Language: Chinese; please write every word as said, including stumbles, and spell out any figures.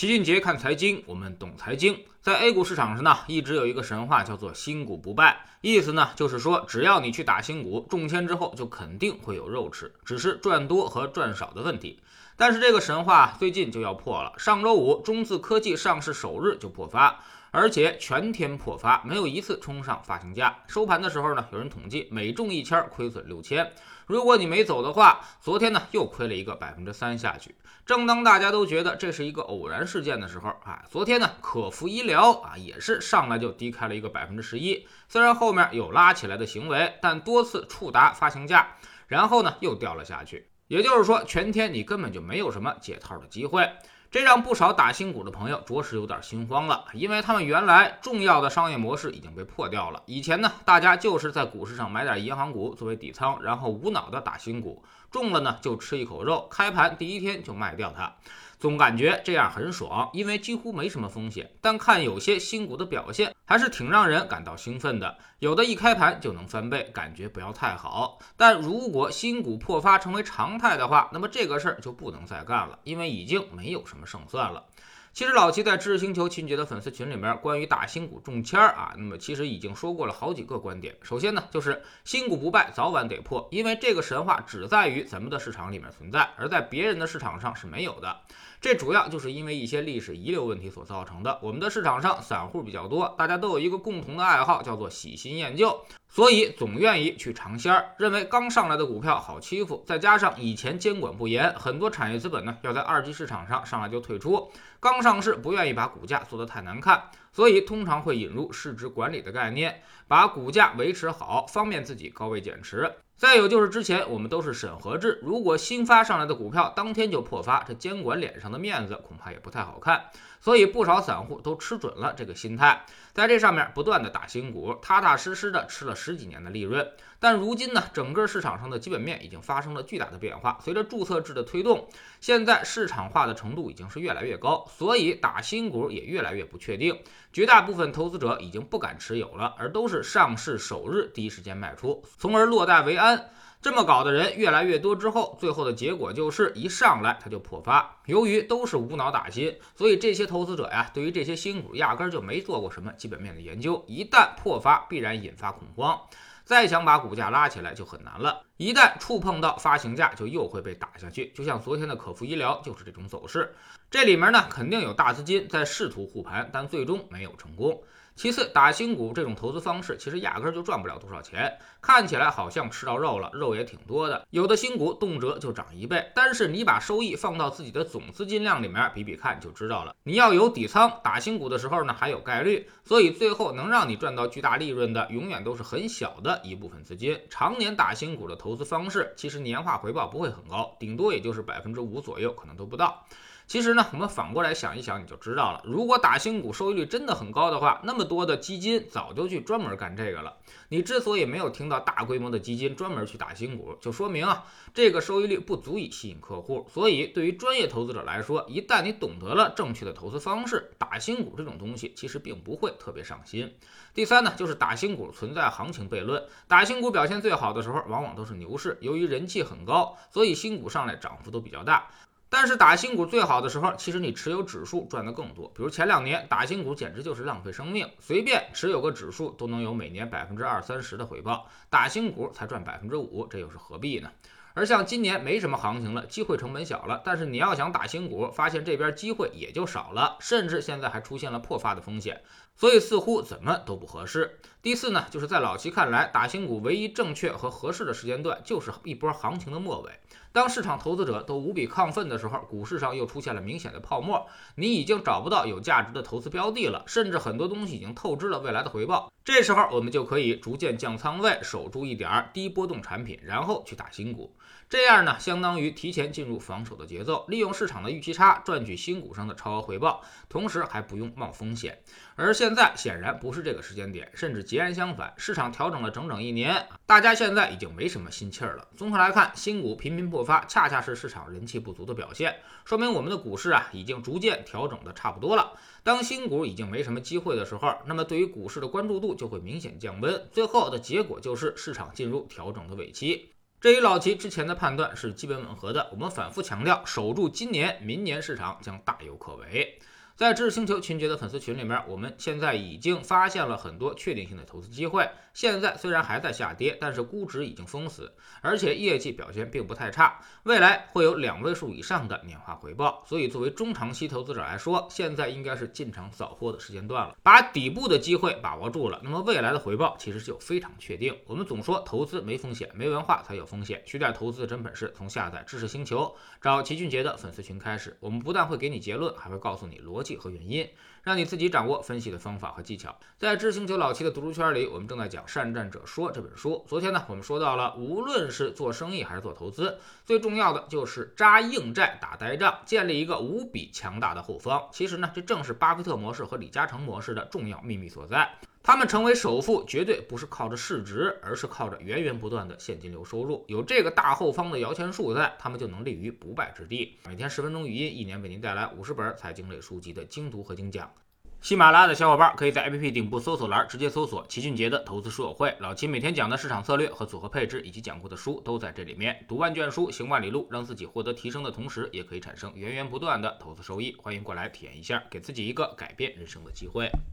齐俊杰看财经，我们懂财经。在 A 股市场上呢，一直有一个神话叫做新股不败，意思呢就是说，只要你去打新股，中签之后就肯定会有肉吃，只是赚多和赚少的问题。但是这个神话最近就要破了，上周五中字科技上市首日就破发，而且全天破发，没有一次冲上发行价。收盘的时候呢，有人统计每中一千亏损六千，如果你没走的话，昨天呢又亏了一个百分之三下去。正当大家都觉得这是一个偶然事件的时候啊，昨天呢可孚医疗啊也是上来就低开了一个百分之十一，虽然后面有拉起来的行为，但多次触达发行价，然后呢又掉了下去。也就是说，全天你根本就没有什么解套的机会。这让不少打新股的朋友着实有点心慌了，因为他们原来重要的商业模式已经被破掉了。以前呢，大家就是在股市上买点银行股作为底仓，然后无脑的打新股，中了呢就吃一口肉，开盘第一天就卖掉它，总感觉这样很爽，因为几乎没什么风险。但看有些新股的表现，还是挺让人感到兴奋的，有的一开盘就能翻倍，感觉不要太好。但如果新股破发成为常态的话，那么这个事儿就不能再干了，因为已经没有什么胜算了。其实老齐在知识星球秦杰的粉丝群里面关于打新股中签啊，那么其实已经说过了好几个观点。首先呢，就是新股不败早晚得破，因为这个神话只在于咱们的市场里面存在，而在别人的市场上是没有的。这主要就是因为一些历史遗留问题所造成的。我们的市场上散户比较多，大家都有一个共同的爱好，叫做喜新厌旧，所以总愿意去尝鲜，认为刚上来的股票好欺负，再加上以前监管不严，很多产业资本呢要在二级市场上上来就退出，刚上市不愿意把股价做得太难看，所以通常会引入市值管理的概念，把股价维持好，方便自己高位减持。再有就是之前我们都是审核制，如果新发上来的股票当天就破发，这监管脸上的面子恐怕也不太好看，所以不少散户都吃准了这个心态，在这上面不断的打新股，踏踏实实的吃了十几年的利润。但如今呢，整个市场上的基本面已经发生了巨大的变化，随着注册制的推动，现在市场化的程度已经是越来越高，所以打新股也越来越不确定，绝大部分投资者已经不敢持有了，而都是上市首日第一时间卖出，从而落袋为安。这么搞的人越来越多之后，最后的结果就是一上来它就破发。由于都是无脑打新，所以这些投资者呀，对于这些新股压根就没做过什么基本面的研究，一旦破发必然引发恐慌，再想把股价拉起来就很难了，一旦触碰到发行价就又会被打下去，就像昨天的可孚医疗就是这种走势。这里面呢肯定有大资金在试图护盘，但最终没有成功。其次，打新股这种投资方式其实压根就赚不了多少钱，看起来好像吃到肉了，肉也挺多的，有的新股动辄就涨一倍，但是你把收益放到自己的总资金量里面比比看就知道了。你要有底仓，打新股的时候呢还有概率，所以最后能让你赚到巨大利润的永远都是很小的一部分资金。常年打新股的投资方式其实年化回报不会很高，顶多也就是百分之五左右，可能都不到。其实呢，我们反过来想一想你就知道了，如果打新股收益率真的很高的话，那么多的基金早就去专门干这个了。你之所以没有听到大规模的基金专门去打新股，就说明啊，这个收益率不足以吸引客户。所以对于专业投资者来说，一旦你懂得了正确的投资方式，打新股这种东西其实并不会特别上心。第三呢，就是打新股存在行情悖论，打新股表现最好的时候往往都是牛市，由于人气很高，所以新股上来涨幅都比较大。但是打新股最好的时候，其实你持有指数赚的更多。比如前两年打新股简直就是浪费生命，随便持有个指数都能有每年百分之二三十的回报，打新股才赚百分之五，这又是何必呢？而像今年没什么行情了，机会成本小了，但是你要想打新股，发现这边机会也就少了，甚至现在还出现了破发的风险，所以似乎怎么都不合适。第四呢，就是在老齐看来，打新股唯一正确和合适的时间段就是一波行情的末尾。当市场投资者都无比亢奋的时候，股市上又出现了明显的泡沫，你已经找不到有价值的投资标的了，甚至很多东西已经透支了未来的回报。这时候我们就可以逐渐降仓位，守住一点低波动产品，然后去打新股。这样呢，相当于提前进入防守的节奏，利用市场的预期差赚取新股上的超额回报，同时还不用冒风险。而现在显然不是这个时间点，甚至截然相反，市场调整了整整一年，大家现在已经没什么心气儿了。综合来看，新股频频破发，恰恰是市场人气不足的表现，说明我们的股市啊已经逐渐调整的差不多了。当新股已经没什么机会的时候，那么对于股市的关注度就会明显降温，最后的结果就是市场进入调整的尾期。 这与老齐之前的判断是基本吻合的。我们反复强调，守住今年、明年市场将大有可为。在知识星球群杰的粉丝群里面，我们现在已经发现了很多确定性的投资机会。现在虽然还在下跌，但是估值已经封死，而且业绩表现并不太差，未来会有两位数以上的年化回报。所以作为中长期投资者来说，现在应该是进场扫货的时间段了。把底部的机会把握住了，那么未来的回报其实就非常确定。我们总说投资没风险，没文化才有风险。学点投资的真本事，从下载知识星球找齐俊杰的粉丝群开始。我们不但会给你结论，还会告诉你逻辑和原因，让你自己掌握分析的方法和技巧。在知识星球老齐的读书圈里，我们正在讲《善战者说》这本书。昨天呢，我们说到了，无论是做生意还是做投资，最重要的就是扎硬寨打呆仗，建立一个无比强大的后方。其实呢，这正是巴菲特模式和李嘉诚模式的重要秘密所在。他们成为首富绝对不是靠着市值，而是靠着源源不断的现金流收入。有这个大后方的摇钱树在，他们就能立于不败之地。每天十分钟语音，一年为您带来五十本财经类书籍的精读和精讲。喜马拉雅的小伙伴可以在 A P P 顶部搜索栏直接搜索齐俊杰的投资书友会，老齐每天讲的市场策略和组合配置以及讲过的书都在这里面。读万卷书，行万里路，让自己获得提升的同时，也可以产生源源不断的投资收益。欢迎过来体验一下，给自己一个改变人生的机会。